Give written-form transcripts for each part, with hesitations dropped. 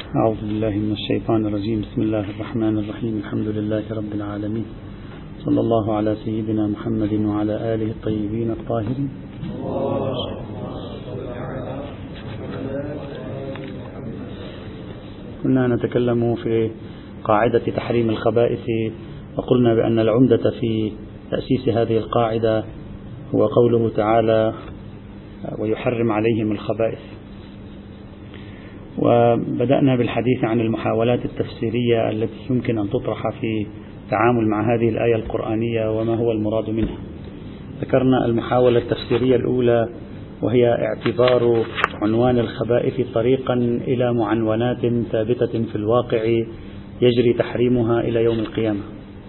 أعوذ بالله من الشيطان الرجيم. بسم الله الرحمن الرحيم. الحمد لله رب العالمين، صلى الله على سيدنا محمد وعلى آله الطيبين الطاهرين. كنا نتكلم في قاعدة تحريم الخبائث، وقلنا بأن العمدة في تأسيس هذه القاعدة هو قوله تعالى: ويحرم عليهم الخبائث. وبدأنا بالحديث عن المحاولات التفسيرية التي يمكن أن تطرح في التعامل مع هذه الآية القرآنية وما هو المراد منها. ذكرنا المحاولة التفسيرية الأولى، وهي اعتبار عنوان الخبائث طريقا إلى معنونات ثابتة في الواقع يجري تحريمها إلى يوم القيامة،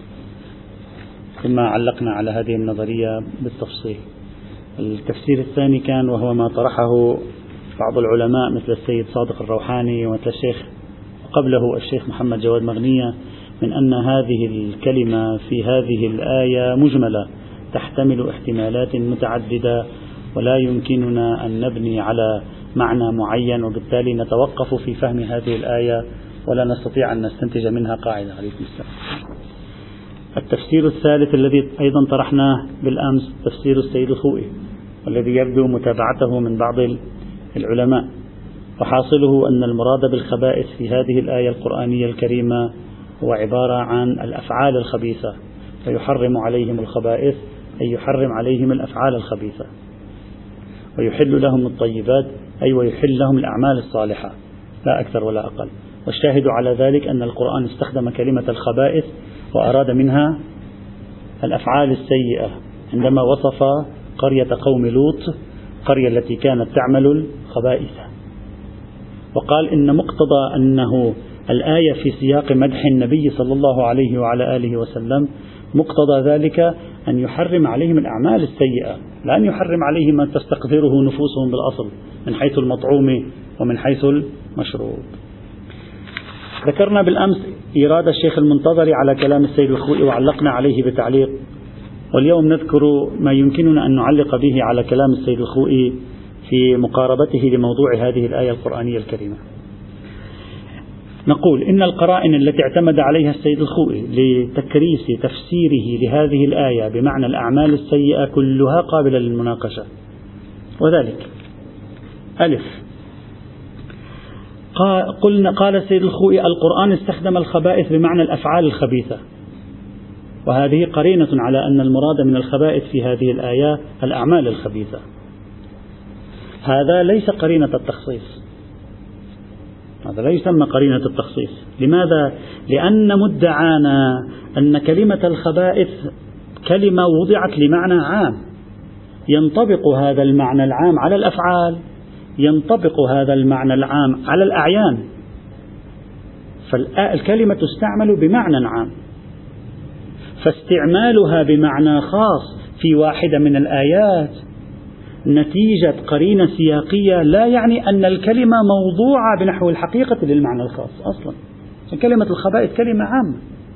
ثم علقنا على هذه النظرية بالتفصيل. التفسير الثاني كان وهو ما طرحه بعض العلماء مثل السيد صادق الروحاني ومثل الشيخ قبله الشيخ محمد جواد مغنية، من أن هذه الكلمة في هذه الآية مجملة تحتمل احتمالات متعددة، ولا يمكننا أن نبني على معنى معين، وبالتالي نتوقف في فهم هذه الآية ولا نستطيع أن نستنتج منها قاعدة. عليكم السلام. التفسير الثالث الذي أيضا طرحناه بالأمس تفسير السيد الخوئي، والذي يبدو متابعته من بعض العلماء، وحاصله أن المراد بالخبائث في هذه الآية القرآنية الكريمة هو عبارة عن الأفعال الخبيثة، فيحرم عليهم الخبائث أي يحرم عليهم الأفعال الخبيثة، ويحل لهم الطيبات أي ويحل لهم الأعمال الصالحة، لا أكثر ولا أقل. والشاهد على ذلك أن القرآن استخدم كلمة الخبائث وأراد منها الأفعال السيئة عندما وصف قرية قوم لوط، القرية التي كانت تعمل الخبائث، وقال إن مقتضى أنه الآية في سياق مدح النبي صلى الله عليه وعلى آله وسلم، مقتضى ذلك أن يحرم عليهم الأعمال السيئة، لا أن يحرم عليهم ما تستقذره نفوسهم بالأصل من حيث المطعوم ومن حيث المشروب. ذكرنا بالأمس إيراد الشيخ المنتظري على كلام السيد الخوئي وعلقنا عليه بتعليق، واليوم نذكر ما يمكننا أن نعلق به على كلام السيد الخوئي في مقاربته لموضوع هذه الآية القرآنية الكريمة. نقول إن القرائن التي اعتمد عليها السيد الخوئي لتكريس تفسيره لهذه الآية بمعنى الأعمال السيئة كلها قابلة للمناقشة، وذلك: ألف، قال السيد الخوئي: القرآن استخدم الخبائث بمعنى الأفعال الخبيثة، وهذه قرينة على أن المراد من الخبائث في هذه الآية الأعمال الخبيثة. هذا ليس قرينة التخصيص، هذا لا يسمى قرينة التخصيص. لماذا؟ لأن مدعانا أن كلمة الخبائث كلمة وضعت لمعنى عام، ينطبق هذا المعنى العام على الأفعال، ينطبق هذا المعنى العام على الأعيان، فالكلمة تستعمل بمعنى عام، فاستعمالها بمعنى خاص في واحدة من الآيات نتيجة قرينة سياقية لا يعني أن الكلمة موضوعة بنحو الحقيقة للمعنى الخاص أصلا. كلمة الخبائث كلمة عامة.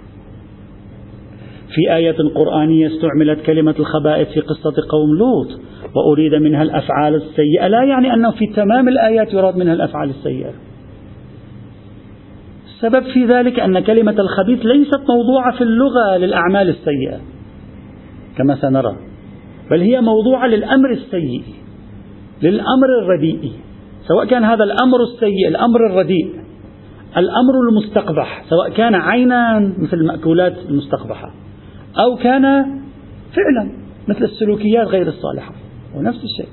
في آية قرآنية استعملت كلمة الخبائث في قصة قوم لوط وأريد منها الأفعال السيئة، لا يعني أنه في تمام الآيات يراد منها الأفعال السيئة. السبب في ذلك أن كلمة الخبيث ليست موضوعة في اللغة للأعمال السيئة كما سنرى، بل هي موضوعة للأمر السيء، للأمر الرديء، سواء كان هذا الأمر السيء، الأمر الرديء، الأمر المستقبح، سواء كان عينا مثل المأكولات المستقبحة أو كان فعلا مثل السلوكيات غير الصالحة، ونفس الشيء.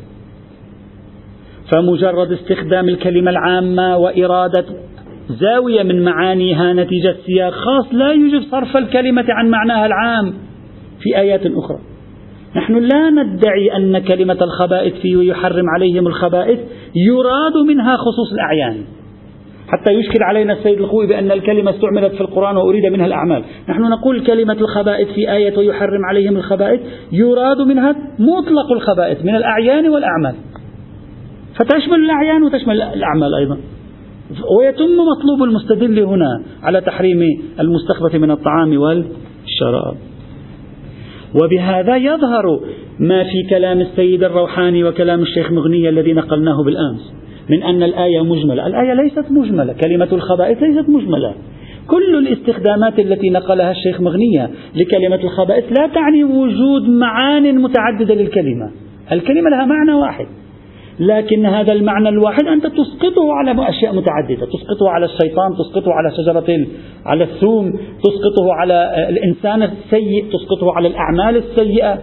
فمجرد استخدام الكلمة العامة وإرادة زاوية من معانيها نتيجة سياق خاص لا يوجب صرف الكلمة عن معناها العام في آيات أخرى. نحن لا ندعي أن كلمة الخبائث فيه يحرم عليهم الخبائث يراد منها خصوص الأعيان حتى يشكل علينا السيد الخوئي بأن الكلمة استعملت في القرآن وأريد منها الأعمال. نحن نقول كلمة الخبائث في آية ويحرم عليهم الخبائث يراد منها مطلق الخبائث من الأعيان والأعمال، فتشمل الأعيان وتشمل الأعمال أيضا. ويتم مطلوب المستدل هنا على تحريم المستخبث من الطعام والشراب. وبهذا يظهر ما في كلام السيد الروحاني وكلام الشيخ مغنية الذي نقلناه بالأمس، من أن الآية مجملة. الآية ليست مجملة، كلمة الخبائث ليست مجملة. كل الاستخدامات التي نقلها الشيخ مغنية لكلمة الخبائث لا تعني وجود معان متعددة للكلمة. الكلمة لها معنى واحد، لكن هذا المعنى الواحد أنت تسقطه على أشياء متعددة، تسقطه على الشيطان، تسقطه على شجرة على الثوم، تسقطه على الإنسان السيء، تسقطه على الأعمال السيئة.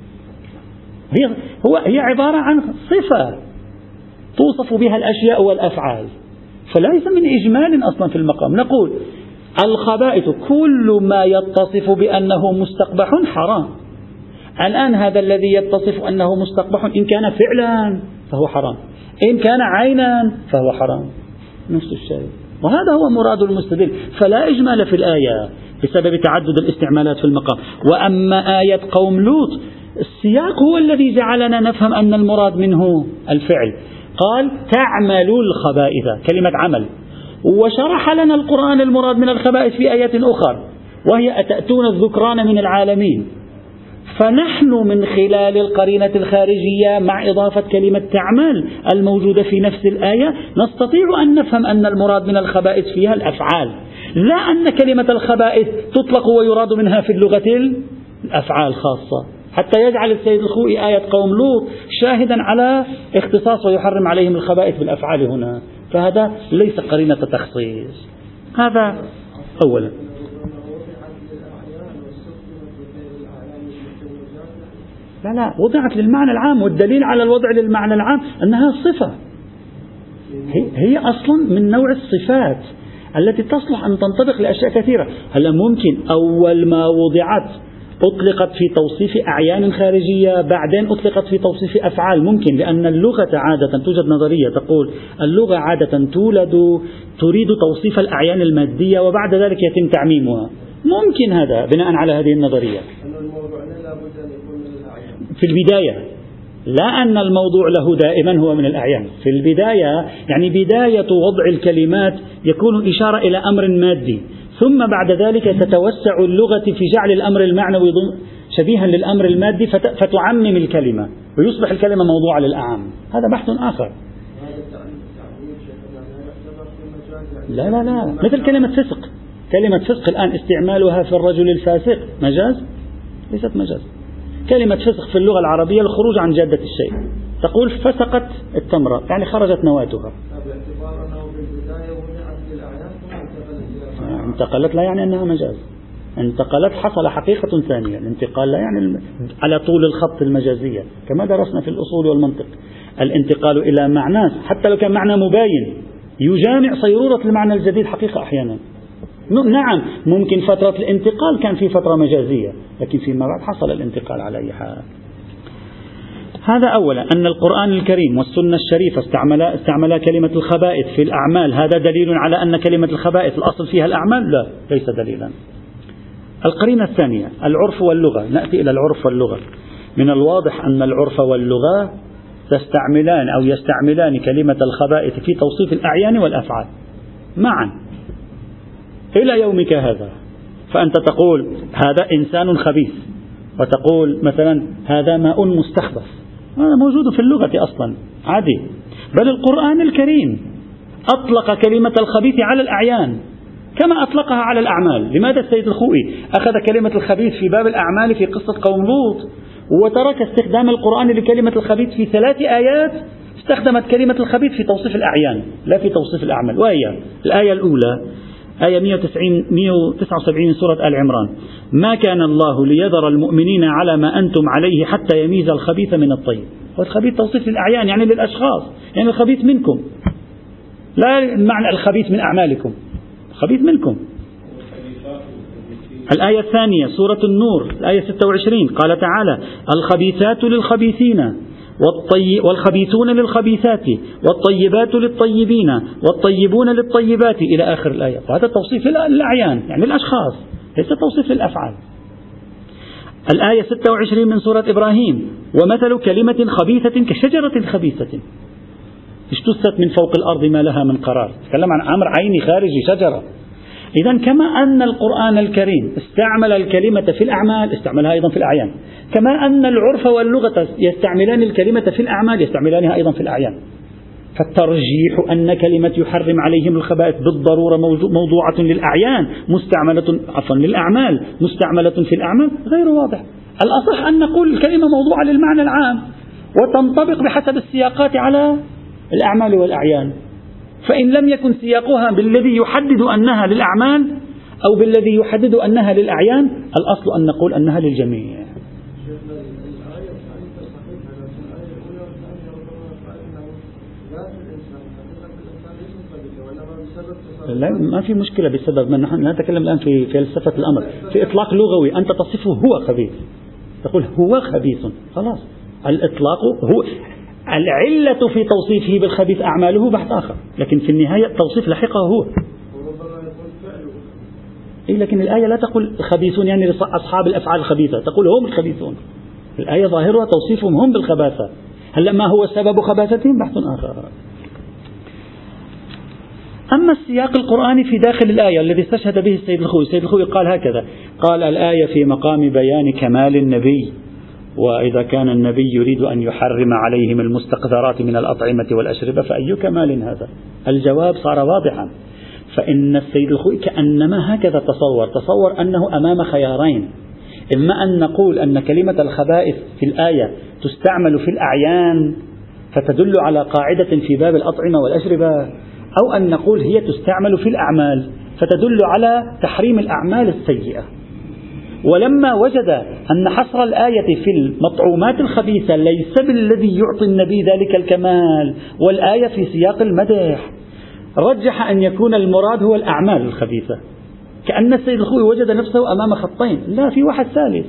هي عبارة عن صفة توصف بها الأشياء والأفعال، فليس من إجمال أصلا في المقام. نقول الخبائث كل ما يتصف بأنه مستقبح حرام. الآن هذا الذي يتصف أنه مستقبح إن كان فعلا فهو حرام، إن كان عينا فهو حرام، نفس الشيء. وهذا هو مراد المستدل، فلا إجمال في الآية بسبب تعدد الاستعمالات في المقام. وأما آية قوم لوط، السياق هو الذي جعلنا نفهم أن المراد منه الفعل. قال تعملوا الخبائث، كلمة عمل، وشرح لنا القرآن المراد من الخبائث في آية أخرى، وهي أتأتون الذكران من العالمين. فنحن من خلال القرينة الخارجية مع إضافة كلمة تعمل الموجودة في نفس الآية نستطيع أن نفهم أن المراد من الخبائث فيها الأفعال، لا أن كلمة الخبائث تطلق ويراد منها في اللغة الأفعال خاصة، حتى يجعل السيد الخوئي آية قوم لوط شاهدا على اختصاص ويحرم عليهم الخبائث بالأفعال هنا، فهذا ليس قرينة تخصيص. هذا أولا. لا، وضعت للمعنى العام، والدليل على الوضع للمعنى العام أنها صفة، هي أصلا من نوع الصفات التي تصلح أن تنطبق لأشياء كثيرة. هلا ممكن أول ما وضعت أطلقت في توصيف أعيان خارجية، بعدين أطلقت في توصيف أفعال، ممكن، لأن اللغة عادة توجد نظرية تقول اللغة عادة تولد تريد توصيف الأعيان المادية وبعد ذلك يتم تعميمها. ممكن هذا بناء على هذه النظرية في البداية، لا أن الموضوع له دائما هو من الأعيان. في البداية يعني بداية وضع الكلمات يكون إشارة إلى أمر مادي، ثم بعد ذلك تتوسع اللغة في جعل الأمر المعنوي شبيها للأمر المادي فتعمم الكلمة ويصبح الكلمة موضوع للأعم. هذا بحث آخر. لا، مثل كلمة فسق. كلمة فسق الآن استعمالها في الرجل الفاسق مجاز؟ ليست مجاز. كلمة فسق في اللغة العربية الخروج عن جادة الشيء. تقول فسقت التمرة يعني خرجت نواتها. انتقلت لا يعني أنها مجاز، انتقلت حصل حقيقة ثانية. الانتقال لا يعني على طول الخط المجازية كما درسنا في الأصول والمنطق. الانتقال إلى معنى حتى لو كان معنى مباين يجامع صيرورة المعنى الجديد حقيقة أحيانا. نعم ممكن فترة الانتقال كان في فترة مجازية، لكن فيما بعد حصل الانتقال على أي حال. هذا أولا. أن القرآن الكريم والسنة الشريفة استعملا كلمة الخبائث في الأعمال، هذا دليل على أن كلمة الخبائث الأصل فيها الأعمال؟ لا، ليس دليلا. القرينة الثانية العرف واللغة. نأتي إلى العرف واللغة. من الواضح أن العرف واللغة تستعملان أو يستعملان كلمة الخبائث في توصيف الأعيان والأفعال معا إلى يومك هذا. فأنت تقول هذا إنسان خبيث، وتقول مثلا هذا ماء مستخبث، هذا موجود في اللغة أصلا عادي. بل القرآن الكريم أطلق كلمة الخبيث على الأعيان كما أطلقها على الأعمال. لماذا السيد الخوئي أخذ كلمة الخبيث في باب الأعمال في قصة قوم لوط وترك استخدام القرآن لكلمة الخبيث في 3 آيات استخدمت كلمة الخبيث في توصيف الأعيان لا في توصيف الأعمال؟ وهي الآية الأولى آية 179 سورة آل عمران: ما كان الله ليذر المؤمنين على ما أنتم عليه حتى يميز الخبيث من الطيب. والخبيث توصيف للأعيان يعني للأشخاص، يعني الخبيث منكم، لا معنى الخبيث من أعمالكم، الخبيث منكم. الآية الثانية سورة النور الآية 26 قال تعالى: الخبيثات للخبيثين والخبيثون للخبيثات والطيبات للطيبين والطيبون للطيبات إلى آخر الآية. وهذا توصيف للأعيان يعني الأشخاص، ليس توصيف للأفعال. الآية 26 من سورة إبراهيم: ومثل كلمة خبيثة كشجرة خبيثة اجتثت من فوق الأرض ما لها من قرار. تكلم عن أمر عيني خارجي، شجرة. إذن كما أن القرآن الكريم استعمل الكلمة في الأعمال استعملها أيضا في الأعيان، كما أن العرف واللغة يستعملان الكلمة في الأعمال يستعملانها أيضا في الأعيان. فالترجيح أن كلمة يحرم عليهم الخبائث بالضرورة موضوعة للأعيان للأعمال مستعملة في الأعمال غير واضح. الأصح أن نقول الكلمة موضوعة للمعنى العام وتنطبق بحسب السياقات على الأعمال والأعيان، فإن لم يكن سياقها بالذي يحدد أنها للأعمال أو بالذي يحدد أنها للأعيان، الأصل أن نقول أنها للجميع. لا، ما في مشكلة بسبب، نحن لا نتكلم الآن في فلسفة الأمر، في إطلاق لغوي أنت تصفه هو خبيث، تقول هو خبيث، خلاص. الإطلاق هو العلة في توصيفه بالخبيث أعماله بحث آخر، لكن في النهاية التوصيف لحقه هو. لكن الآية لا تقول خبيثون يعني أصحاب الأفعال الخبيثة، تقول هم الخبيثون. الآية ظاهرها توصيفهم هم بالخباثة. هل ما هو سبب خباثتهم بحث آخر. أما السياق القرآني في داخل الآية الذي استشهد به السيد الخوئي قال هكذا: قال الآية في مقام بيان كمال النبي، وإذا كان النبي يريد أن يحرم عليهم المستقذرات من الأطعمة والأشربة فأي كمال هذا؟ الجواب صار واضحا، فإن السيد الخوئي كأنما هكذا تصور أنه أمام خيارين: إما أن نقول أن كلمة الخبائث في الآية تستعمل في الأعيان فتدل على قاعدة في باب الأطعمة والأشربة، أو أن نقول هي تستعمل في الأعمال فتدل على تحريم الأعمال السيئة. ولما وجد أن حصر الآية في المطعومات الخبيثة ليس بالذي يعطي النبي ذلك الكمال، والآية في سياق المدح، رجح أن يكون المراد هو الأعمال الخبيثة. كأن السيد الخوئي وجد نفسه أمام خطين، لا في واحد ثالث.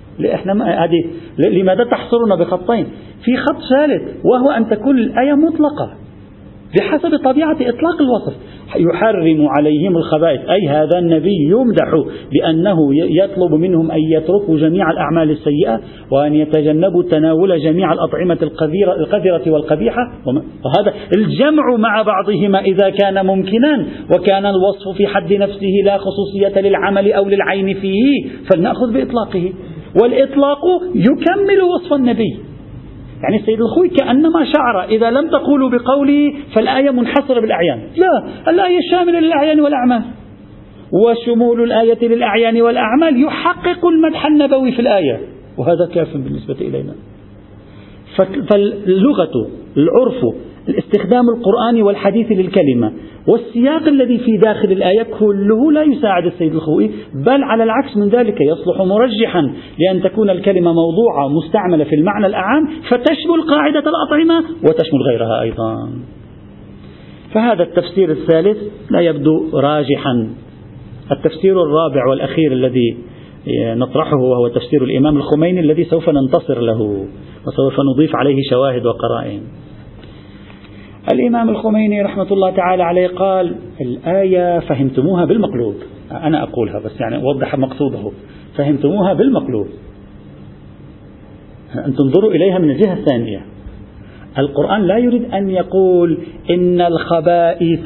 لماذا تحصرنا بخطين؟ في خط ثالث، وهو أن تكون الآية مطلقة بحسب طبيعة إطلاق الوصف. يحرم عليهم الخبائث، أي هذا النبي يمدح بأنه يطلب منهم أن يتركوا جميع الأعمال السيئة وأن يتجنبوا تناول جميع الأطعمة القذرة والقبيحة، وهذا الجمع مع بعضهما إذا كان ممكنا وكان الوصف في حد نفسه لا خصوصية للعمل أو للعين فيه فلنأخذ بإطلاقه، والإطلاق يكمل وصف النبي. يعني السيد الخوئي كأنما شعر إذا لم تقولوا بقولي فالآية منحصرة بالأعيان، لا، الآية شاملة للأعيان والأعمال، وشمول الآية للأعيان والأعمال يحقق المدح النبوي في الآية، وهذا كاف بالنسبة إلينا. فاللغة، العرف، الاستخدام القرآني والحديث للكلمة والسياق الذي في داخل الآية كله لا يساعد السيد الخوئي، بل على العكس من ذلك يصلح مرجحا لأن تكون الكلمة موضوعة مستعملة في المعنى الأعام فتشمل قاعدة الأطعمة وتشمل غيرها أيضا. فهذا التفسير الثالث لا يبدو راجحا. التفسير الرابع والأخير الذي نطرحه وهو تفسير الإمام الخميني الذي سوف ننتصر له وسوف نضيف عليه شواهد وقرائن. الإمام الخميني رحمة الله تعالى عليه قال: الآية فهمتموها بالمقلوب، أنا أقولها بس يعني أوضح مقصوده، فهمتموها بالمقلوب، أن تنظروا إليها من الجهة الثانية. القرآن لا يريد أن يقول إن الخبائث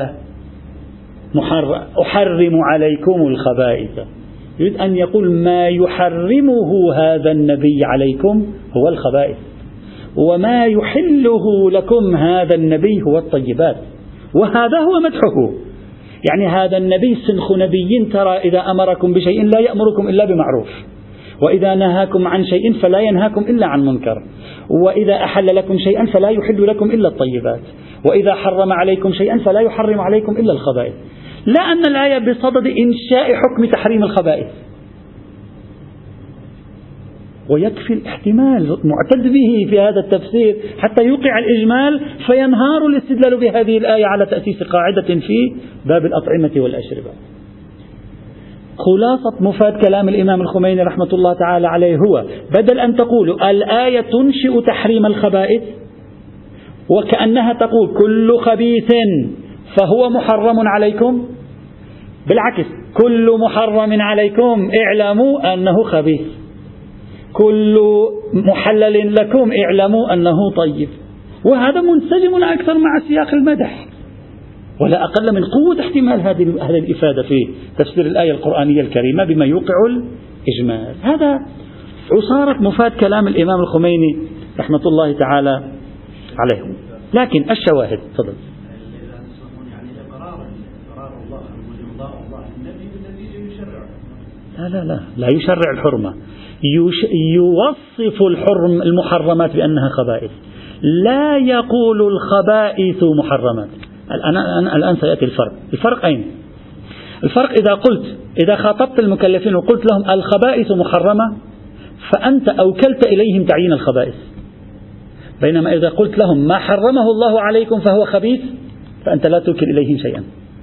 أحرم عليكم الخبائث، يريد أن يقول ما يحرمه هذا النبي عليكم هو الخبائث، وما يحله لكم هذا النبي هو الطيبات، وهذا هو مدحه. يعني هذا النبي سنخ نبي ترى إذا أمركم بشيء لا يأمركم إلا بمعروف، وإذا نهاكم عن شيء فلا ينهاكم إلا عن منكر، وإذا أحل لكم شيئا فلا يحل لكم إلا الطيبات، وإذا حرم عليكم شيئا فلا يحرم عليكم إلا الخبائث. لا أن الآية بصدد إنشاء حكم تحريم الخبائث، ويكفي الاحتمال معتد به في هذا التفسير حتى يوقع الإجمال فينهار الاستدلال بهذه الآية على تأسيس قاعدة في باب الأطعمة والأشربة. خلاصة مفاد كلام الإمام الخميني رحمة الله تعالى عليه هو: بدل أن تقولوا الآية تنشئ تحريم الخبائث وكأنها تقول كل خبيث فهو محرم عليكم، بالعكس، كل محرم عليكم اعلموا أنه خبيث، كل محلل لكم اعلموا أنه طيب. وهذا منسجم أكثر مع سياق المدح، ولا أقل من قوة احتمال هذه الإفادة في تفسير الآية القرآنية الكريمة بما يوقع الإجمال. هذا عصارة مفاد كلام الإمام الخميني رحمة الله تعالى عليه. لكن الشواهد تفضل. لا يشرع الحرمة، يوصف المحرمات بأنها خبائث، لا يقول الخبائث محرمات. الآن سيأتي الفرق أين؟ الفرق إذا خاطبت المكلفين وقلت لهم الخبائث محرمة فأنت أوكلت إليهم تعيين الخبائث، بينما إذا قلت لهم ما حرمه الله عليكم فهو خبيث فأنت لا توكل إليهم شيئا.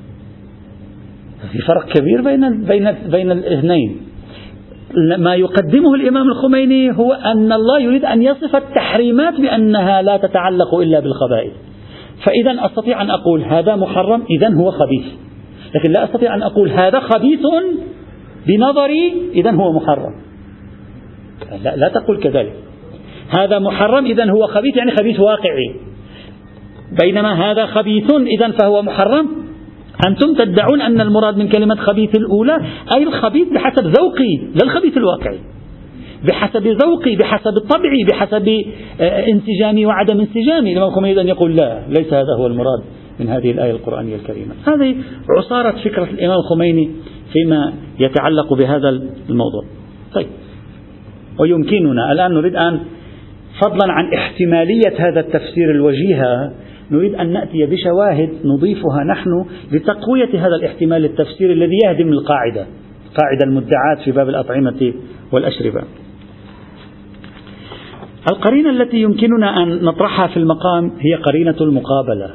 في فرق كبير بين الاثنين. ما يقدمه الإمام الخميني هو أن الله يريد أن يصف التحريمات بأنها لا تتعلق إلا بالخبائث، فإذا أستطيع أن أقول هذا محرم إذن هو خبيث، لكن لا أستطيع أن أقول هذا خبيث بنظري إذن هو محرم. لا تقول كذلك. هذا محرم إذن هو خبيث، يعني خبيث واقعي، بينما هذا خبيث إذن فهو محرم. أنتم تدعون أن المراد من كلمة خبيث الأولى أي الخبيث بحسب ذوقي، لا الخبيث الواقعي، بحسب ذوقي، بحسب طبعي، بحسب انسجامي وعدم انسجامي. الإمام الخميني أن يقول لا، ليس هذا هو المراد من هذه الآية القرآنية الكريمة. هذه عصارة فكرة الإمام الخميني فيما يتعلق بهذا الموضوع. طيب، ويمكننا الآن نريد أن فضلا عن احتمالية هذا التفسير الوجيه نريد أن نأتي بشواهد نضيفها نحن لتقوية هذا الاحتمال التفسيري الذي يهدم القاعدة المدعاة في باب الأطعمة والأشربة. القرينة التي يمكننا أن نطرحها في المقام هي قرينة المقابلة.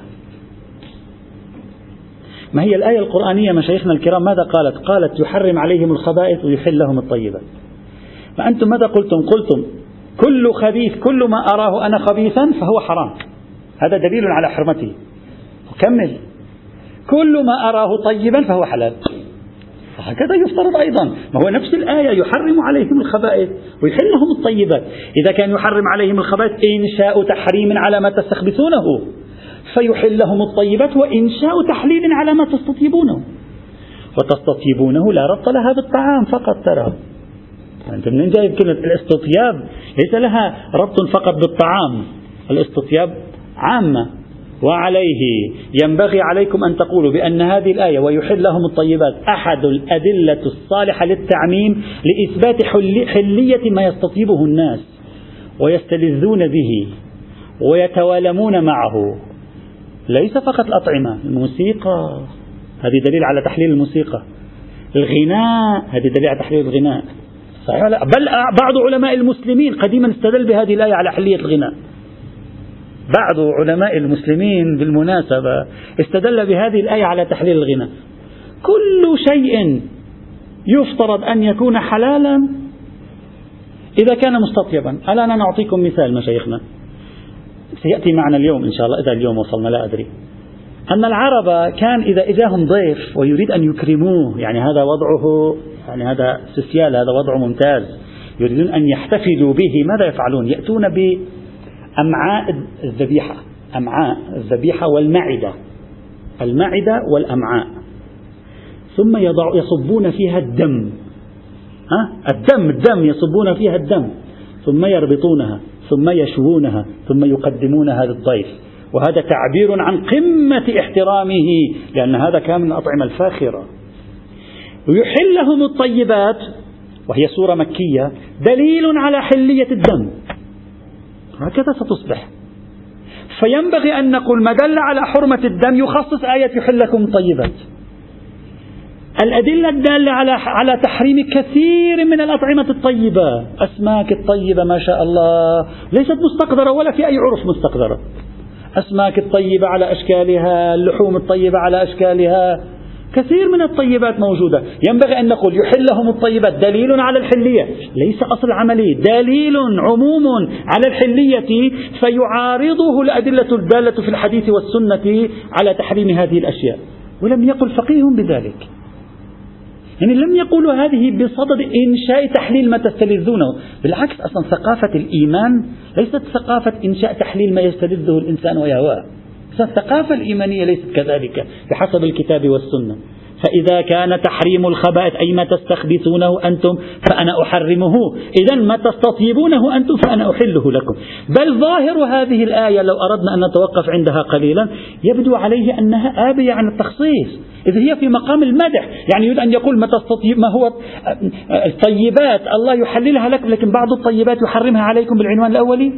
ما هي الآية القرآنية مشايخنا الكرام ماذا قالت؟ قالت يحرم عليهم الخبائث ويحل لهم الطيبات. فأنتم ماذا قلتم؟ قلتم كل خبيث، كل ما أراه أنا خبيثا فهو حرام، هذا دليل على حرمته. وكمل كل ما أراه طيبا فهو حلال، هكذا يفترض أيضا. ما هو نفس الآية يحرم عليهم الخبائث ويحل لهم الطيبات. إذا كان يحرم عليهم الخبائث إنشاء تحريم على ما تستخبثونه، فيحل لهم الطيبات وإنشاء تحليل على ما تستطيبونه. وتستطيبونه لا ربط لها بالطعام فقط. ترى أنت منين جايب كلمة الاستطياب؟ ليس لها ربط فقط بالطعام، الاستطياب عامة. وعليه ينبغي عليكم أن تقولوا بأن هذه الآية ويحل لهم الطيبات أحد الأدلة الصالحة للتعميم لإثبات حلية ما يستطيبه الناس ويستلذون به ويتوالمون معه. ليس فقط الأطعمة، الموسيقى هذه دليل على تحليل الموسيقى، الغناء هذه دليل على تحليل الغناء. بل بعض علماء المسلمين قديما استدل بهذه الآية على حلية الغناء. بعض علماء المسلمين بالمناسبة استدل بهذه الآية على تحليل الغناء. كل شيء يفترض أن يكون حلالا إذا كان مستطيبا. الآن أنا أعطيكم مثال مشايخنا سيأتي معنا اليوم إن شاء الله، إذا اليوم وصلنا لا أدري، أن العرب كان إذا إجاهم ضيف ويريد أن يكرموه، يعني هذا وضعه، يعني هذا سوسيال، هذا وضعه ممتاز، يريدون أن يحتفلوا به، ماذا يفعلون؟ يأتون بأمعاء الذبيحة، أمعاء الذبيحة والمعدة، المعدة والأمعاء، ثم يصبون فيها الدم، الدم يصبون فيها الدم، ثم يربطونها، ثم يشوونها، ثم يقدمونها للضيف. وهذا تعبير عن قمة احترامه، لأن هذا كان من الأطعمة الفاخرة. ويحل لهم الطيبات وهي سورة مكية دليل على حلية الدم، هكذا ستصبح. فينبغي أن نقول ما دل على حرمة الدم يخصص آية يحل لكم الطيبات. الأدلة الدالة على تحريم كثير من الأطعمة الطيبة، أسماك الطيبة ما شاء الله ليست مستقذرة ولا في أي عرف مستقذرة، أسماك الطيبة على أشكالها، اللحوم الطيبة على أشكالها، كثير من الطيبات موجودة. ينبغي أن نقول يحل لهم الطيبات دليل على الحلية، ليس أصل عملي، دليل عموم على الحلية، فيعارضه الأدلة الدالة في الحديث والسنة على تحريم هذه الأشياء. ولم يقل فقيه بذلك، يعني لم يقولوا هذه بصدد إنشاء تحليل ما تستلذونه، بالعكس أصلا ثقافة الإيمان ليست ثقافة إنشاء تحليل ما يستلذه الإنسان ويهواه. الثقافة الإيمانية ليست كذلك بحسب الكتاب والسنة. فإذا كان تحريم الخبائث أي ما تستخبثونه أنتم فأنا أحرمه، إذن ما تستطيبونه أنتم فأنا أحله لكم. بل ظاهر هذه الآية لو أردنا أن نتوقف عندها قليلا يبدو عليه أنها آبية عن التخصيص، إذ هي في مقام المدح، يعني يريد أن يقول ما هو الطيبات الله يحللها لكم، لكن بعض الطيبات يحرمها عليكم بالعنوان الأولي.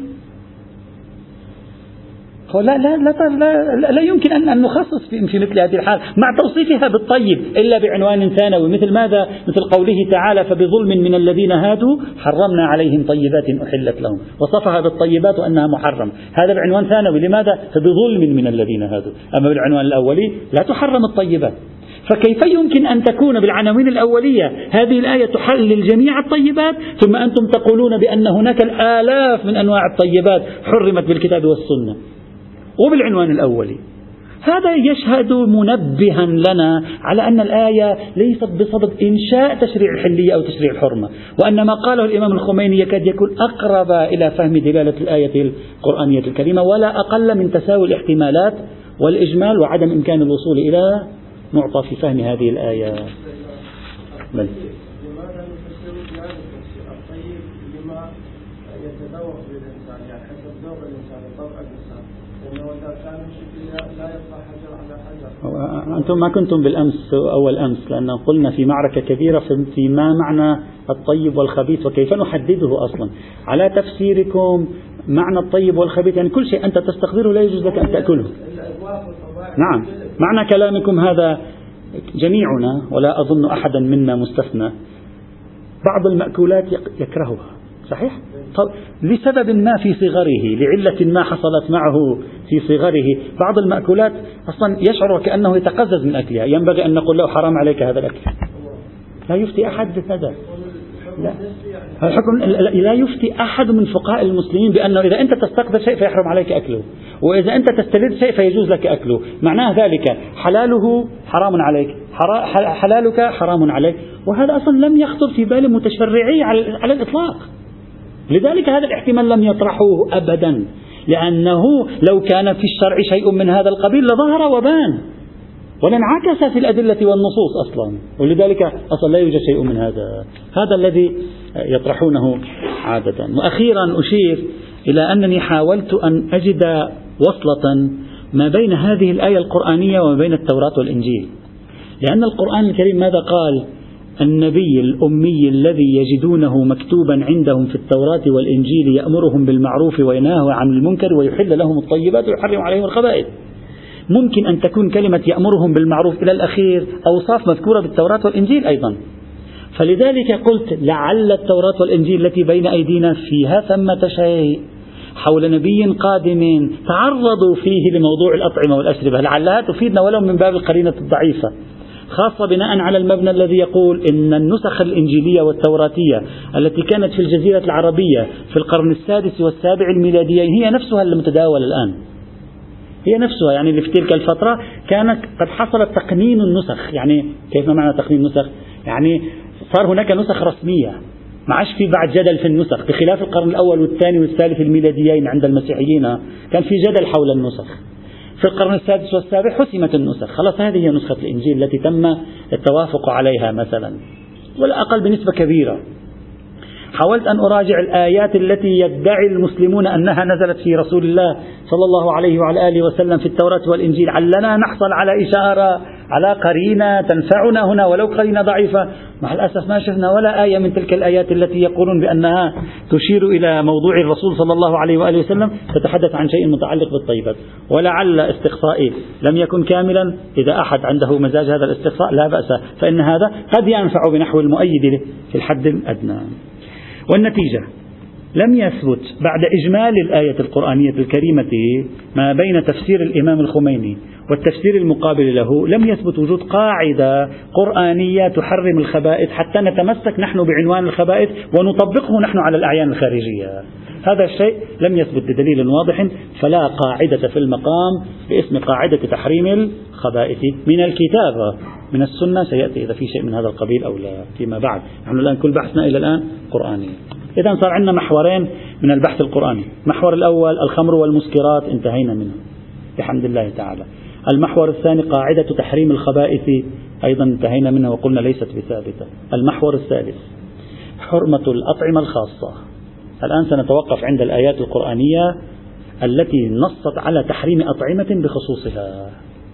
لا لا لا لا, لا يمكن أن نخصص في مثل هذه الحال مع توصيفها بالطيب إلا بعنوان ثانوي، مثل ماذا؟ مثل قوله تعالى فبظلم من الذين هادوا حرمنا عليهم طيبات أحلت لهم، وصفها بالطيبات وأنها محرم، هذا بعنوان ثانوي. لماذا؟ فبظلم من الذين هادوا. أما بالعنوان الأولي لا تحرم الطيبات. فكيف يمكن أن تكون بالعناوين الأولية هذه الآية تحلل جميع الطيبات ثم أنتم تقولون بأن هناك الآلاف من أنواع الطيبات حرمت بالكتاب والسنة وبالعنوان الأولي؟ هذا يشهد منبها لنا على أن الآية ليست بصدد إنشاء تشريع الحلية أو تشريع الحرمة، وأن ما قاله الإمام الخميني يكاد يكون أقرب إلى فهم دلالة الآية القرآنية الكريمة، ولا أقل من تساوي الاحتمالات والإجمال وعدم إمكان الوصول إلى معطى في فهم هذه الآية. بل لماذا نفسر بهذا التفسير الطيب لما يتذوق بالإنسان، يعني حسب ذوق الإنسان وطبع الإنسان، لأنه إذا كان الشكل لا يبقى حجر على حجر. أنتم ما كنتم بالأمس أول أمس، لأن قلنا في معركة كبيرة في ما معنى الطيب والخبيث وكيف نحدده أصلا. على تفسيركم معنى الطيب والخبيث يعني كل شيء أنت تستقدره لا يجوز لك أن تأكله. نعم، معنى كلامكم هذا جميعنا ولا أظن أحدا منا مستثنى بعض المأكولات يكرهها، صحيح؟ لسبب ما في صغره، لعلة ما حصلت معه في صغره، بعض المأكولات أصلا يشعر كأنه يتقزز من أكلها، ينبغي أن نقول له حرام عليك هذا الأكل. لا يفتي أحد بهذا، لا يفتي أحد من فقهاء المسلمين بأنه إذا أنت تستقدر شيء فيحرم عليك أكله، وإذا أنت تستلذ شيء فيجوز لك أكله. معناه ذلك حلاله حرام عليك، حلالك حرام عليك، وهذا أصلا لم يخطر في بال متشرعي على الإطلاق. لذلك هذا الاحتمال لم يطرحوه أبدا، لأنه لو كان في الشرع شيء من هذا القبيل لظهر وبان ولانعكس في الأدلة والنصوص أصلا، ولذلك أصلا لا يوجد شيء من هذا الذي يطرحونه عادة. وأخيرا أشير إلى أنني حاولت أن أجد وصلة ما بين هذه الآية القرآنية وما بين التوراة والإنجيل، لأن القرآن الكريم ماذا قال؟ النبي الأمي الذي يجدونه مكتوبا عندهم في التوراة والإنجيل يأمرهم بالمعروف وينهى عن المنكر ويحل لهم الطيبات ويحرم عليهم الخبائث. ممكن أن تكون كلمة يأمرهم بالمعروف إلى الأخير أوصاف مذكورة بالتوراة والإنجيل أيضا، فلذلك قلت لعل التوراة والإنجيل التي بين أيدينا فيها ثمة شيء حول نبي قادم تعرضوا فيه لموضوع الأطعمة والأشربة، لعلها تفيدنا ولو من باب القرينة الضعيفة، خاصة بناء على المبنى الذي يقول إن النسخ الإنجيلية والتوراتية التي كانت في الجزيرة العربية في القرن السادس والسابع الميلاديين هي نفسها المتداولة الآن، هي نفسها، يعني اللي في تلك الفترة كانت قد حصل تقنين النسخ. يعني كيف معنى تقنين النسخ؟ يعني صار هناك نسخ رسمية، ما عادش في بعد جدل في النسخ، بخلاف القرن الأول والثاني والثالث الميلاديين عند المسيحيين كان في جدل حول النسخ. في القرن السادس والسابع حسمت النسخ، خلاص هذه هي نسخة الإنجيل التي تم التوافق عليها مثلا ولا أقل بنسبة كبيرة. حاولت أن أراجع الآيات التي يدعي المسلمون أنها نزلت في رسول الله صلى الله عليه وعلى آله وسلم في التوراة والإنجيل، علنا نحصل على إشارة على قرينة تنفعنا هنا ولو قرينة ضعيفة. مع الأسف ما شفنا ولا آية من تلك الآيات التي يقولون بأنها تشير إلى موضوع الرسول صلى الله عليه وآله وسلم تتحدث عن شيء متعلق بالطيبات. ولعل استقصائي لم يكن كاملا، إذا أحد عنده مزاج هذا الاستقصاء لا بأس، فإن هذا قد ينفع بنحو المؤيد في الحد الأدنى. والنتيجة لم يثبت بعد إجمال الآية القرآنية الكريمة ما بين تفسير الإمام الخميني والتفسير المقابل له، لم يثبت وجود قاعدة قرآنية تحرم الخبائث حتى نتمسك نحن بعنوان الخبائث ونطبقه نحن على الأعيان الخارجية. هذا الشيء لم يثبت بدليل واضح، فلا قاعدة في المقام باسم قاعدة تحريم الخبائث من الكتاب. من السنة سيأتي إذا في شيء من هذا القبيل أو لا فيما بعد. نحن الآن كل بحثنا إلى الآن قرآني. إذا صار عندنا محورين من البحث القرآني، محور الأول الخمر والمسكرات انتهينا منه بحمد الله تعالى. المحور الثاني قاعدة تحريم الخبائث، أيضا انتهينا منها وقلنا ليست بثابتة. المحور الثالث حرمة الأطعمة الخاصة. الآن سنتوقف عند الآيات القرآنية التي نصت على تحريم أطعمة بخصوصها.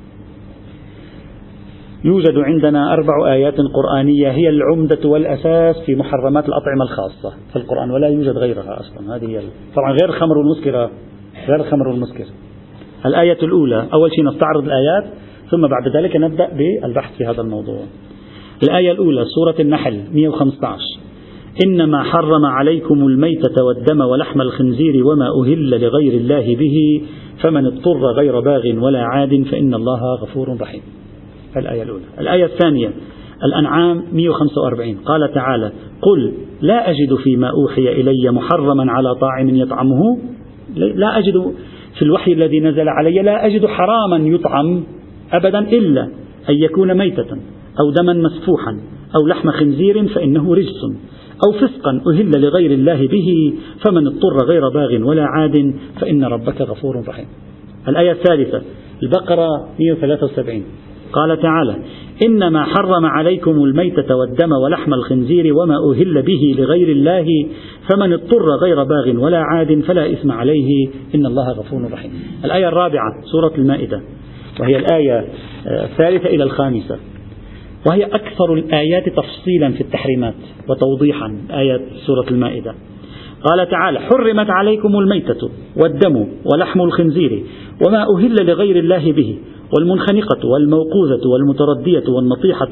يوجد عندنا 4 آيات قرآنية هي العمدة والأساس في محرمات الأطعمة الخاصة في القرآن، ولا يوجد غيرها أصلا. هذه هي طبعا غير الخمر والمسكرة، غير الخمر والمسكر. الآية الأولى، أول شيء نستعرض الآيات ثم بعد ذلك نبدأ بالبحث في هذا الموضوع. الآية الأولى سورة النحل 115: إنما حرم عليكم الميتة والدم ولحم الخنزير وما أهل لغير الله به فمن اضطر غير باغ ولا عاد فإن الله غفور رحيم. الآية الأولى. الآية الثانية الأنعام 145 قال تعالى: قل لا أجد فيما أوحي إلي محرما على طاعم يطعمه، لا أجد في الوحي الذي نزل علي لا أجد حراما يطعم أبدا إلا أن يكون ميتة أو دما مسفوحا أو لحم خنزير فإنه رجس أو فسقا أهل لغير الله به فمن اضطر غير باغ ولا عاد فإن ربك غفور رحيم. الآية الثالثة البقرة 173 قال تعالى: إنما حرم عليكم الميتة والدم ولحم الخنزير وما أهل به لغير الله فمن اضطر غير باغ ولا عاد فلا إثم عليه إن الله غفور رحيم. الآية الرابعة سورة المائدة، وهي الآية الثالثة إلى الخامسة، وهي أكثر الآيات تفصيلا في التحريمات وتوضيحا. آية سورة المائدة قال تعالى: حرمت عليكم الميتة والدم ولحم الخنزير وما أهل لغير الله به والمنخنقة والموقوذة والمتردية والنطيحة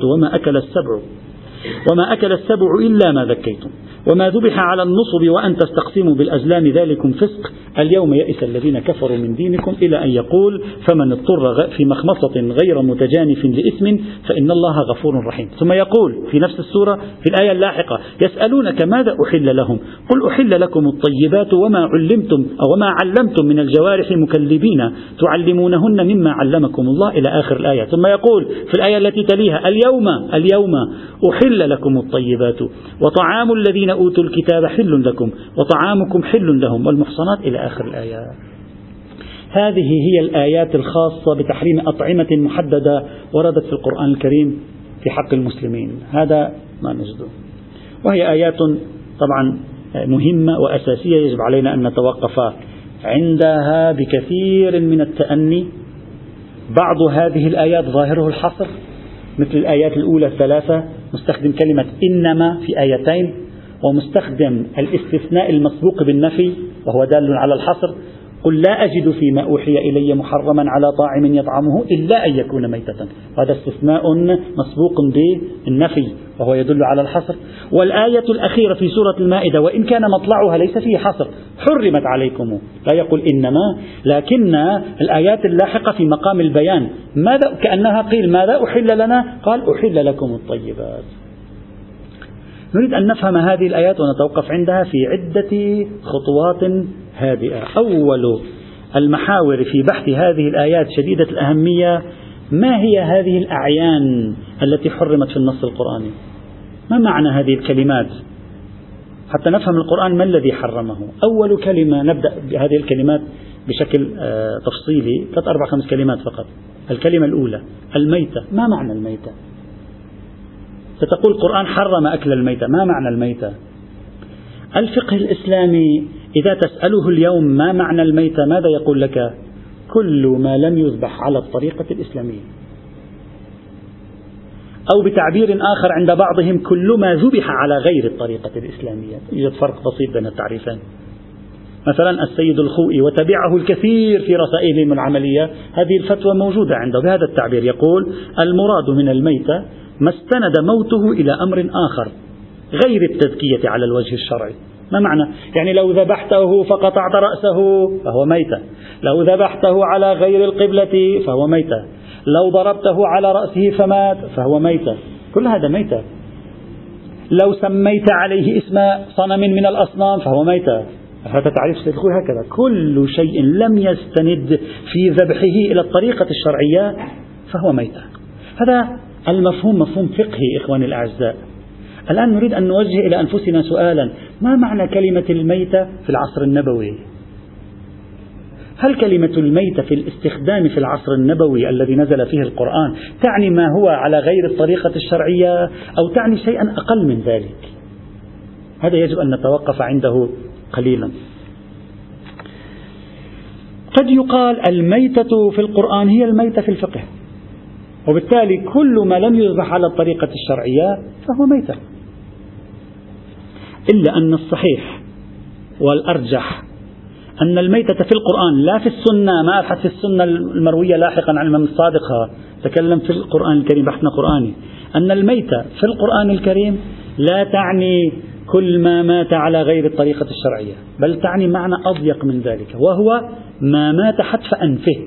وما أكل السبع إلا ما ذكيتم وما ذبح على النصب وأن تستقسموا بالأزلام ذلكم فسق اليوم يئس الذين كفروا من دينكم إلى أن يقول فمن اضطر في مخمصة غير متجانف لإثم فإن الله غفور رحيم. ثم يقول في نفس السورة في الآية اللاحقة: يسألونك ماذا أحل لهم قل أحل لكم الطيبات وما علمتم من الجوارح مكلبين تعلمونهن مما علمكم الله إلى آخر الآية. ثم يقول في الآية التي تليها: اليوم أحل لكم الطيبات وطعام الذين أوتوا الكتاب حل لكم وطعامكم حل لهم والمحصنات إلى آخر الآيات. هذه هي الآيات الخاصة بتحريم أطعمة محددة وردت في القرآن الكريم في حق المسلمين. هذا ما نجده، وهي آيات طبعا مهمة وأساسية يجب علينا أن نتوقف عندها بكثير من التأني. بعض هذه الآيات ظاهره الحصر، مثل الآيات الأولى 3 مستخدم كلمة إنما في آيتين، ومستخدم الاستثناء المسبوق بالنفي وهو دال على الحصر: قل لا أجد فيما أوحي إلي محرما على طاعم يطعمه إلا أن يكون ميتة، هذا استثناء مسبوق بالنفي وهو يدل على الحصر. والآية الأخيرة في سورة المائدة وإن كان مطلعها ليس فيه حصر، حرمت عليكم، لا يقول إنما، لكن الآيات اللاحقة في مقام البيان ماذا كأنها قيل ماذا أحل لنا؟ قال أحل لكم الطيبات. نريد أن نفهم هذه الآيات ونتوقف عندها في عدة خطوات هادئة. أول المحاور في بحث هذه الآيات شديدة الأهمية: ما هي هذه الأعيان التي حرمت في النص القرآني؟ ما معنى هذه الكلمات حتى نفهم القرآن ما الذي حرمه؟ أول كلمة، نبدأ بهذه الكلمات بشكل تفصيلي، 3-4-5 كلمات فقط. الكلمة الأولى الميتة. ما معنى الميتة؟ ستقول القرآن حرم أكل الميتة، ما معنى الميتة؟ الفقه الإسلامي إذا تسأله اليوم ما معنى الميتة ماذا يقول لك؟ كل ما لم يذبح على الطريقة الإسلامية، أو بتعبير آخر عند بعضهم كل ما ذبح على غير الطريقة الإسلامية. يوجد فرق بسيط بين التعريفين. مثلا السيد الخوئي وتبعه الكثير في رسائلهم العملية هذه الفتوى موجودة عنده بهذا التعبير، يقول: المراد من الميتة ما استند موته إلى أمر آخر غير التذكية على الوجه الشرعي. ما معنى؟ يعني لو ذبحته فقطعت رأسه فهو ميتة، لو ذبحته على غير القبلة فهو ميتة، لو ضربته على رأسه فمات فهو ميتة، كل هذا ميتة. لو سميت عليه اسم صنم من الأصنام فهو ميتة. هذا تعريف سيد الخوئي هكذا: كل شيء لم يستند في ذبحه إلى الطريقة الشرعية فهو ميتة. هذا المفهوم مفهوم فقهي إخواني الأعزاء. الآن نريد أن نوجه إلى أنفسنا سؤالا: ما معنى كلمة الميتة في العصر النبوي؟ هل كلمة الميتة في الاستخدام في العصر النبوي الذي نزل فيه القرآن تعني ما هو على غير الطريقة الشرعية أو تعني شيئا أقل من ذلك؟ هذا يجب أن نتوقف عنده قليلا. قد يقال الميتة في القرآن هي الميتة في الفقه، وبالتالي كل ما لم يذبح على الطريقة الشرعية فهو ميتة، إلا أن الصحيح والأرجح أن الميتة في القرآن لا في السنة، ما أبحث في السنة المروية لاحقا عن الإمام الصادق، تكلم في القرآن الكريم بحثنا قرآني، أن الميتة في القرآن الكريم لا تعني كل ما مات على غير الطريقة الشرعية، بل تعني معنى أضيق من ذلك، وهو ما مات حتف أنفه،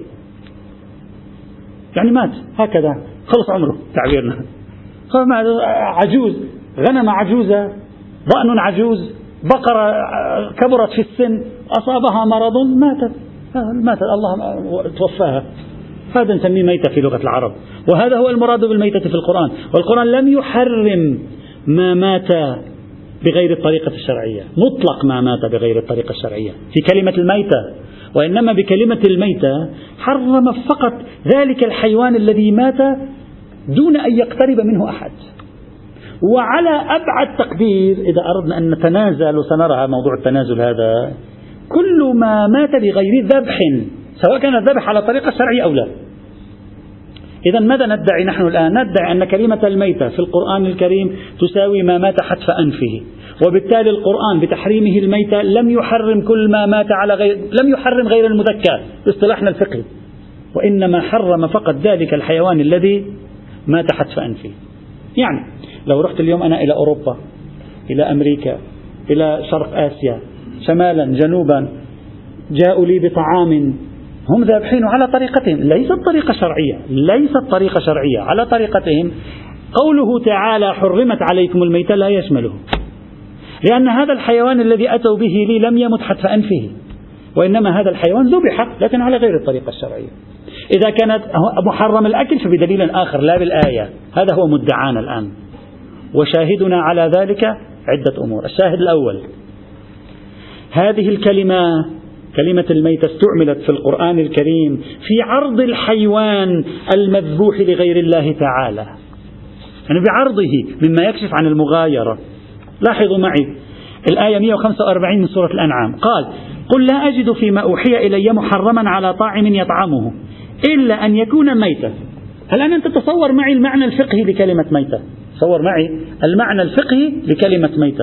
يعني مات هكذا خلص عمره تعبيرنا، عجوز، غنم عجوزة، ضأن عجوز، بقرة كبرت في السن أصابها مرض ماتت الله توفاها، هذا نسميه ميتة في لغة العرب، وهذا هو المراد بالميتة في القرآن. والقرآن لم يحرم ما مات بغير الطريقة الشرعية، مطلق ما مات بغير الطريقة الشرعية في كلمة الميتة، وإنما بكلمة الميتة حرم فقط ذلك الحيوان الذي مات دون أن يقترب منه أحد. وعلى أبعد تقدير إذا أردنا أن نتنازل، وسنرى موضوع التنازل هذا، كل ما مات بغير ذبح سواء كان الذبح على طريقة شرعية أو لا. إذا ماذا ندعي نحن الآن؟ ندعي أن كلمة الميتة في القرآن الكريم تساوي ما مات حتف أنفه، وبالتالي القرآن بتحريمه الميتة لم يحرم كل ما مات على لم يحرم غير المذكى باصطلاحنا الفقهي، وإنما حرم فقط ذلك الحيوان الذي مات حتف أنفه. يعني لو رحت اليوم أنا إلى أوروبا، إلى أمريكا، إلى شرق آسيا، شمالا جنوبا، جاءوا لي بطعام هم ذابحين على طريقتهم، ليست طريقة شرعية، على طريقتهم، قوله تعالى حرمت عليكم الميتة لا يشمله، لأن هذا الحيوان الذي أتوا به لي لم يمت حتف أنفه، وإنما هذا الحيوان ذبح لكن على غير الطريقة الشرعية. إذا كانت محرم الأكل فبدليل آخر لا بالآية، هذا هو مدعانا الآن، وشاهدنا على ذلك عدة أمور. الشاهد الأول، هذه الكلمة كلمة الميتة استعملت في القرآن الكريم في عرض الحيوان المذبوح لغير الله تعالى، يعني بعرضه، مما يكشف عن المغايرة. لاحظوا معي الآية 145 من سورة الأنعام، قال قل لا أجد فيما أوحي إلي محرما على طاعم يطعمه إلا أن يكون ميتا. الآن أنت تصور معي المعنى الفقهي لكلمة ميتة، تصور معي المعنى الفقهي لكلمة ميتة،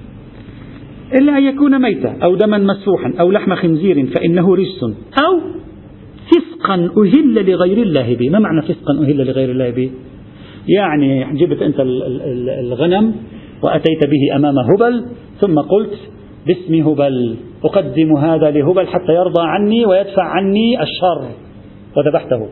إلا أن يكون ميتة أو دما مسفوحا أو لحم خنزير فإنه رجس أو فسقا أهل لغير الله به. ما معنى فسقا أهل لغير الله به؟ يعني جبت أنت الغنم وأتيت به أمام هبل ثم قلت باسم هبل أقدم هذا لهبل حتى يرضى عني ويدفع عني الشر وذبحته،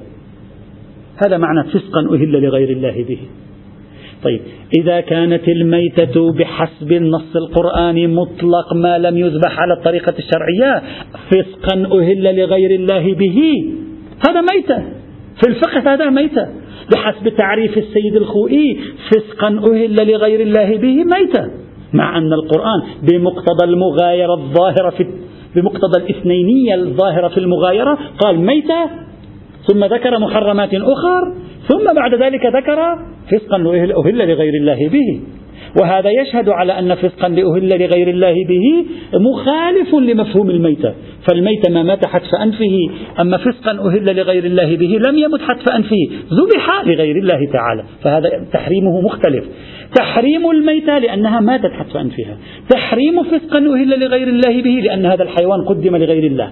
هذا معنى فسقا أهل لغير الله به. طيب إذا كانت الميتة بحسب النص القرآني مطلق ما لم يذبح على الطريقة الشرعية فسقا أهل لغير الله به، هذا ميتة في الفقه، هذا ميتة بحسب تعريف السيد الخوئي، فسقا أهل لغير الله به ميتة، مع أن القرآن بمقتضى المغايرة الظاهرة بمقتضى الاثنينية الظاهرة في المغايرة قال ميتة، ثم ذكر محرمات أخر، ثم بعد ذلك ذكر فسقا أهل لغير الله به. وهذا يشهد على أن فسقا أهل لغير الله به مخالف لمفهوم الميتة، فالميتة ما مات حتف أنفه، أما فسقا أهل لغير الله به لم يمت حتف أنفه، ذبح لغير الله تعالى، فهذا تحريمه مختلف. تحريم الميتة لأنها ماتت حتف أنفها، تحريم فسقا أهل لغير الله به لأن هذا الحيوان قدم لغير الله،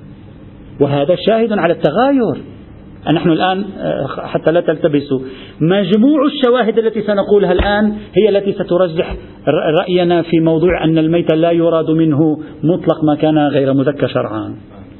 وهذا شاهد على التغاير. نحن الآن حتى لا تلتبسوا، مجموع الشواهد التي سنقولها الآن هي التي سترجح رأينا في موضوع أن الميت لا يراد منه مطلق ما كان غير مذكى شرعا.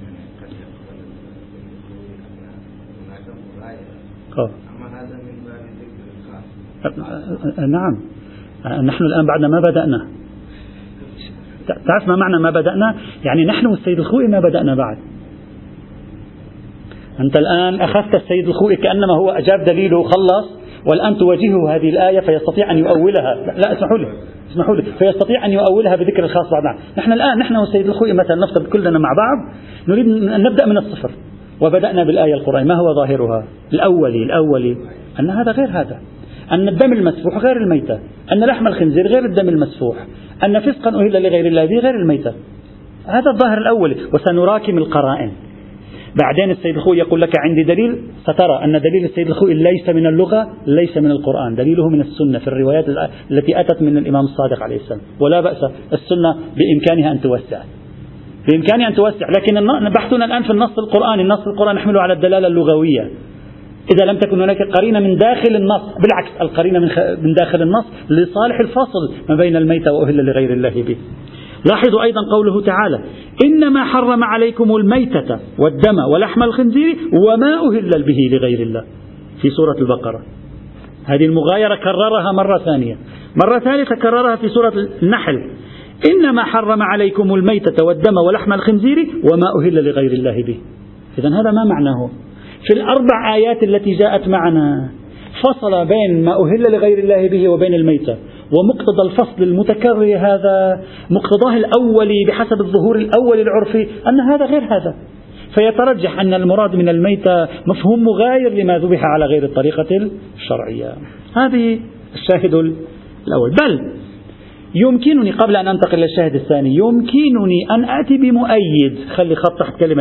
نعم، نحن الآن بعد ما بدأنا، تعرف ما معنى ما بدأنا؟ يعني نحن والسيد الخوئي ما بدأنا بعد. أنت الآن أخذت السيد الخوئي كأنما هو أجاب دليله وخلص، والآن تواجهه هذه الآية فيستطيع أن يؤولها. لا اسمحوا لي فيستطيع أن يؤولها بذكر الخاص بعضها. نحن والسيد الخوئي مثلا نفترض كلنا مع بعض نريد أن نبدأ من الصفر، وبدأنا بالآية القرآنية. ما هو ظاهرها؟ الأولي أن هذا غير هذا، أن الدم المسفوح غير الميتة، أن لحم الخنزير غير الدم المسفوح، أن فسقا أهل لغير الله به غير الميتة. هذا الظاهر الأولي، وسنراكم القرائن. بعدين السيد الخوئي يقول لك عندي دليل، سترى أن دليل السيد الخوئي ليس من اللغة، ليس من القرآن، دليله من السنة في الروايات التي أتت من الإمام الصادق عليه السلام. ولا بأس، السنة بإمكانها أن توسع، لكن بحثنا الآن في النص القرآني. النص القرآني نحمله على الدلالة اللغوية. إذا لم تكن هناك قرينة من داخل النص، بالعكس القرينة من داخل النص لصالح الفصل ما بين الميتة وأهل لغير الله به. لاحظوا أيضا قوله تعالى: إنما حرم عليكم الميتة والدم ولحم الخنزير وما أهل به لغير الله، في سورة البقرة. هذه المغايرة كررها مرة ثانية، مرة ثالثة كررها في سورة النحل: إنما حرم عليكم الميتة والدم ولحم الخنزير وما أهل لغير الله به. إذن هذا ما معناه؟ في الأربع آيات التي جاءت معنا فصل بين ما أهل لغير الله به وبين الميتة، ومقتضى الفصل المتكرر هذا مقتضاه الأولي بحسب الظهور الأولي العرفي أن هذا غير هذا، فيترجح أن المراد من الميتة مفهوم مغاير لما ذبح على غير الطريقة الشرعية. هذه الشاهد الأول. بل يمكنني قبل أن أنتقل للشاهد الثاني يمكنني أن أتي بمؤيد، خلي خط تحت كلمة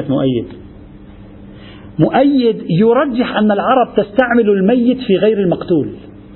مؤيد يرجح أن العرب تستعمل الميت في غير المقتول.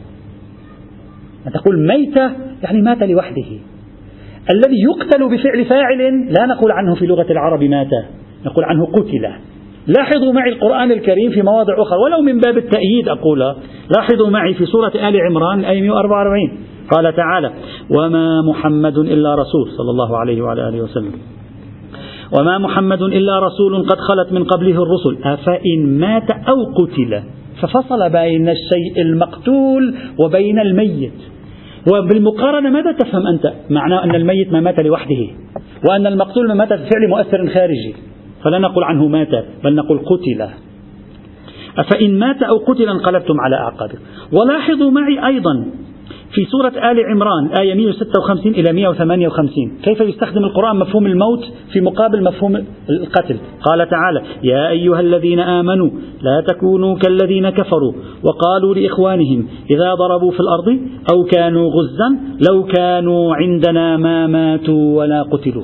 تقول ميتة يعني مات لوحده. الذي يقتل بفعل فاعل لا نقول عنه في لغة العرب مات، نقول عنه قتل. لاحظوا معي القرآن الكريم في مواضع أخرى ولو من باب التأييد أقول، لاحظوا معي في سورة آل عمران آية 144 قال تعالى: وما محمد إلا رسول صلى الله عليه وعلى آله وسلم، وما محمد إلا رسول قد خلت من قبله الرسل أفإن مات أو قتل، ففصل بين الشيء المقتول وبين الميت. وبالمقارنة ماذا تفهم أنت؟ معناه أن الميت ما مات لوحده، وأن المقتول ما مات بفعل مؤثر خارجي، فلا نقول عنه مات بل نقول قتل. أفإن مات أو قتل انقلبتم على أعقابكم. ولاحظوا معي أيضا في سورة آل عمران آية 156 إلى 158 كيف يستخدم القرآن مفهوم الموت في مقابل مفهوم القتل. قال تعالى: يا أيها الذين آمنوا لا تكونوا كالذين كفروا وقالوا لإخوانهم إذا ضربوا في الأرض أو كانوا غزا لو كانوا عندنا ما ماتوا ولا قتلوا.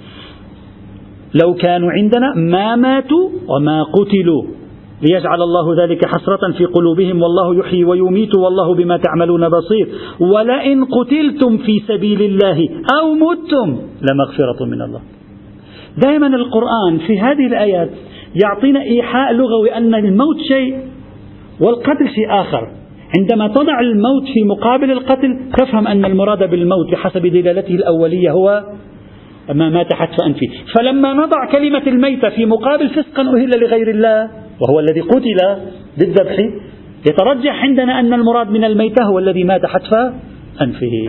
لو كانوا عندنا ما ماتوا وما قتلوا ليجعل الله ذلك حسرة في قلوبهم والله يحيي ويميت والله بما تعملون بصير ولئن قتلتم في سبيل الله أو متم لمغفرة من الله. دائما القرآن في هذه الآيات يعطينا إيحاء لغوي أن الموت شيء والقتل شيء آخر. عندما تضع الموت في مقابل القتل تفهم أن المراد بالموت بحسب دلالته الأولية هو ما مات حتف أنفه. فلما نضع كلمة الميتة في مقابل فسقا أهل لغير الله وهو الذي قتل بالذبح يترجح عندنا أن المراد من الميتة هو الذي مات حتف أنفه.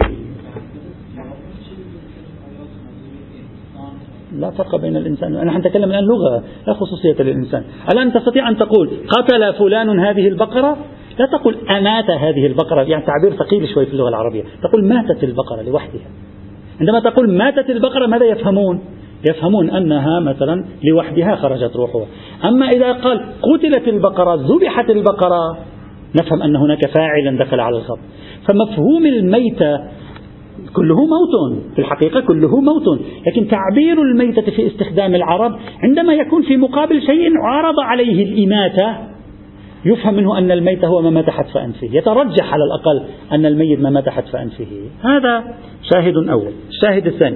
لا فرق بين الإنسان، نحن نتكلم الآن لغة لا خصوصية للإنسان. الآن تستطيع أن تقول قتل فلان هذه البقرة، لا تقول أمات هذه البقرة، يعني تعبير ثقيل شوي في اللغة العربية. تقول ماتت البقرة لوحدها. عندما تقول ماتت البقرة ماذا يفهمون؟ يفهمون أنها مثلا لوحدها خرجت روحها. أما إذا قال قتلت البقرة ذبحت البقرة نفهم أن هناك فاعلا دخل على الخط. فمفهوم الميتة كله موت، في الحقيقة كله موت، لكن تعبير الميتة في استخدام العرب عندما يكون في مقابل شيء عرض عليه الإماتة يفهم منه أن الميت هو ما مات حتف أنفه، يترجح على الأقل أن الميت ما مات حتف أنفه. هذا شاهد أول. الشاهد الثاني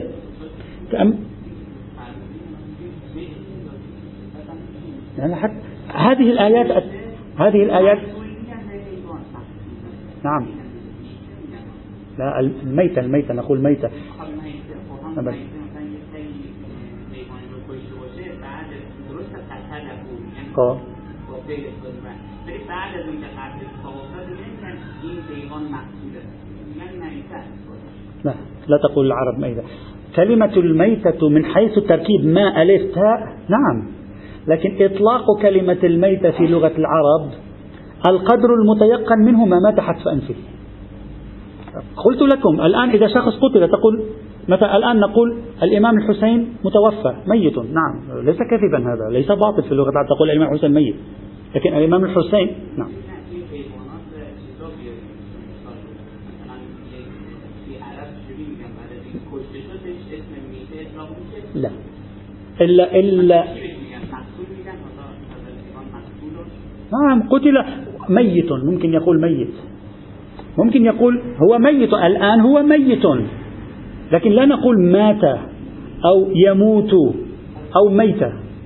يعني حتى هذه الآيات نعم لا الميتة نقول ميتة لا تقول العرب ميتة. كلمة الميتة من حيث التركيب ما ألف تاء نعم، لكن إطلاق كلمة الميتة في لغة العرب القدر المتيقن منه ما مات حتف أنفه. قلت لكم الآن إذا شخص قتل تقول مثلا الآن نقول الإمام الحسين متوفى ميت، نعم ليس كذبا، هذا ليس باطل في اللغة تقول الإمام الحسين ميت، لكن الإمام الحسين نعم لا إلا نعم قتل ميت، ممكن يقول ميت، ممكن يقول هو ميت الآن، هو ميت، لكن لا نقول مات أو يموت أو ميت.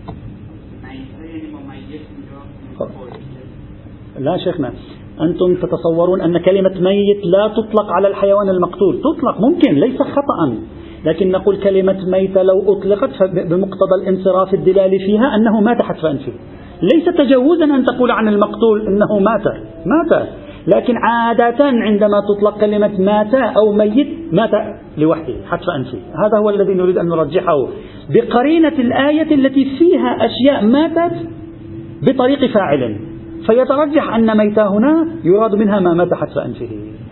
لا شيخنا، أنتم تتصورون أن كلمة ميت لا تطلق على الحيوان المقتول، تطلق ممكن ليس خطأ، لكن نقول كلمة ميت لو أطلقت بمقتضى الانصراف الدلالي فيها أنه مات حتف أنفه، ليس تجوزا أن تقول عن المقتول أنه مات، لكن عادة عندما تطلق كلمة مات أو ميت مات لوحده حتف أنفه، هذا هو الذي نريد أن نرجحه بقرينة الآية التي فيها أشياء ماتت بطريق فاعل، فيترجح أن ميت هنا يراد منها ما مات حتف أنفه.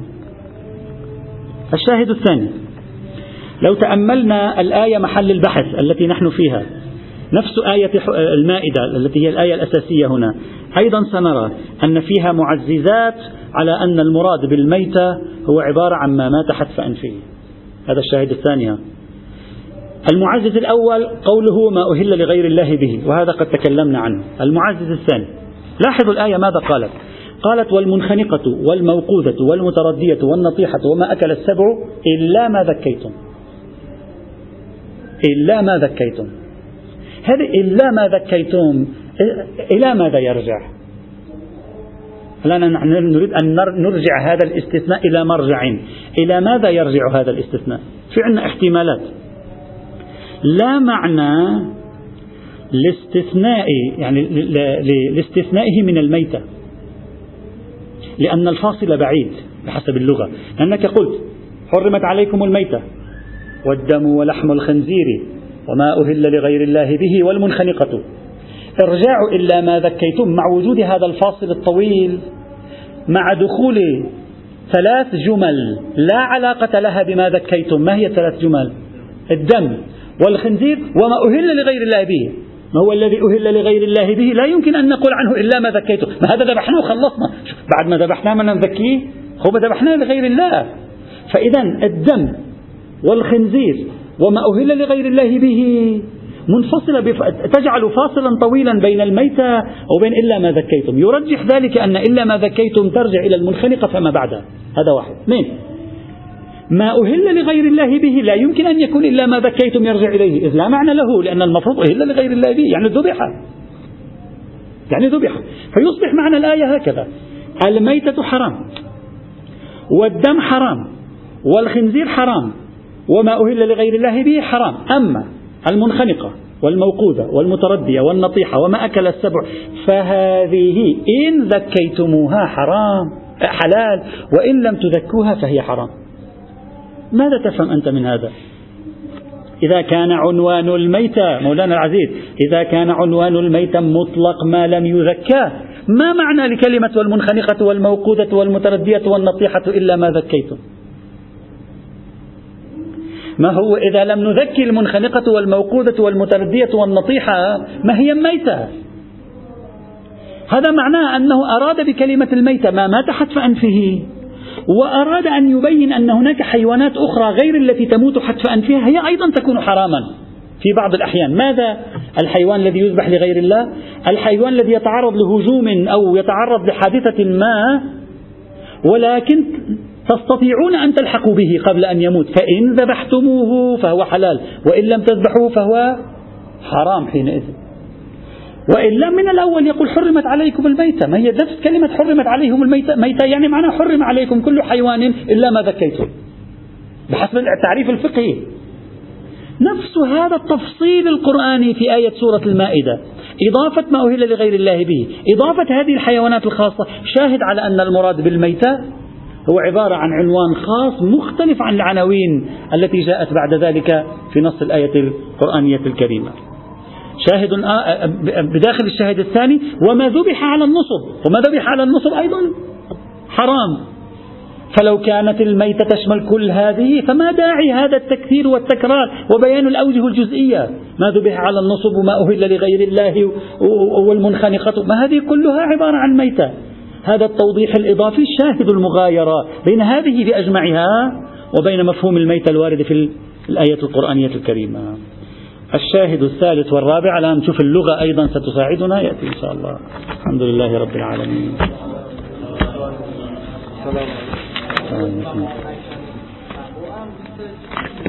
الشاهد الثاني، لو تأملنا الآية محل البحث التي نحن فيها، نفس آية المائدة التي هي الآية الأساسية هنا، أيضا سنرى أن فيها معززات على أن المراد بالميتة هو عبارة عن ما مات حتف أنفه. هذا الشاهد الثاني. المعزز الأول قوله ما أهل لغير الله به، وهذا قد تكلمنا عنه. المعزز الثاني، لاحظوا الآية ماذا قالت والمنخنقة والموقوذة والمتردية والنطيحة وما أكل السبع إلا ما ذكيتم. هذه إلا ما ذكيتم إلى ماذا يرجع؟ الآن نحن نريد أن نرجع هذا الاستثناء إلى مرجع. إلى ماذا يرجع هذا الاستثناء؟ في عندنا احتمالات. لا معنى لاستثنائه من الميتة، لأن الفاصل بعيد بحسب اللغة، لأنك قلت حرمت عليكم الميتة والدم ولحم الخنزير وما أهل لغير الله به والمنخنقة. ارجاع إلا ما ذكيتم مع وجود هذا الفاصل الطويل، مع دخول 3 جمل لا علاقة لها بما ذكيتم. ما هي 3 جمل؟ الدم والخنزير وما أهل لغير الله به. ما هو الذي أهل لغير الله به؟ لا يمكن أن نقول عنه إلا ما ذكيتم، ما هذا ذبحناه خلصنا، بعد ما ذبحناه ما نذكيه، هو ذبحناه لغير الله. فإذا الدم والخنزير وما أهل لغير الله به منفصلة، تجعل فاصلا طويلا بين الميتة وبين إلا ما ذكيتم، يرجح ذلك أن إلا ما ذكيتم ترجع إلى المنخنقة فما بعدها. هذا واحد. ما أهل لغير الله به لا يمكن أن يكون إلا ما ذكيتم يرجع إليه، إذ لا معنى له، لأن المفروض أهل لغير الله به يعني ذبح، فيصبح معنى الآية هكذا: الميتة حرام والدم حرام والخنزير حرام وما أهل لغير الله به حرام، أما المنخنقة والموقوذة والمتردية والنطيحة وما أكل السبع فهذه إن ذكيتموها حلال، وإن لم تذكوها فهي حرام. ماذا تفهم أنت من هذا؟ إذا كان عنوان الميتة مولانا العزيز، إذا كان عنوان الميتة مطلق ما لم يذكى، ما معنى لكلمة والمنخنقة والموقوذة والمتردية والنطيحة إلا ما ذكيتم؟ ما هو إذا لم نذكي المنخنقة والموقوذة والمتردية والنطيحة ما هي الميتة؟ هذا معناه أنه أراد بكلمة الميتة ما مات حتف أنفه، وأراد أن يبين أن هناك حيوانات أخرى غير التي تموت حتف أنفها هي أيضا تكون حراما في بعض الأحيان. ماذا؟ الحيوان الذي يذبح لغير الله، الحيوان الذي يتعرض لهجوم أو يتعرض لحادثة ما ولكن تستطيعون أن تلحقوا به قبل أن يموت، فإن ذبحتموه فهو حلال، وإن لم تذبحوه فهو حرام حينئذ. وإلا من الأول يقول حرمت عليكم الميتة، ما هي نفس كلمة حرمت عليهم الميتة، ميتة يعني معناه حرم عليكم كل حيوان إلا ما ذكيتم بحسب التعريف الفقهي. نفس هذا التفصيل القرآني في آية سورة المائدة، إضافة ما أهل لغير الله به، إضافة هذه الحيوانات الخاصة، شاهد على أن المراد بالميتة هو عبارة عن عنوان خاص مختلف عن العناوين التي جاءت بعد ذلك في نص الآية القرآنية الكريمة. شاهد بداخل الشاهد الثاني وما ذبح على النصب، وما ذبح على النصب أيضا حرام. فلو كانت الميتة تشمل كل هذه فما داعي هذا التكثير والتكرار وبيان الأوجه الجزئية، ما ذبح على النصب وما أهل لغير الله والمنخنقة، ما هذه كلها عبارة عن ميتة. هذا التوضيح الإضافي شاهد المغايرة بين هذه بأجمعها وبين مفهوم الميتة الوارد في الآية القرآنية الكريمة. الشاهد الثالث والرابع، الآن نشوف اللغة أيضا ستساعدنا، يأتي إن شاء الله. الحمد لله رب العالمين. السلام عليكم.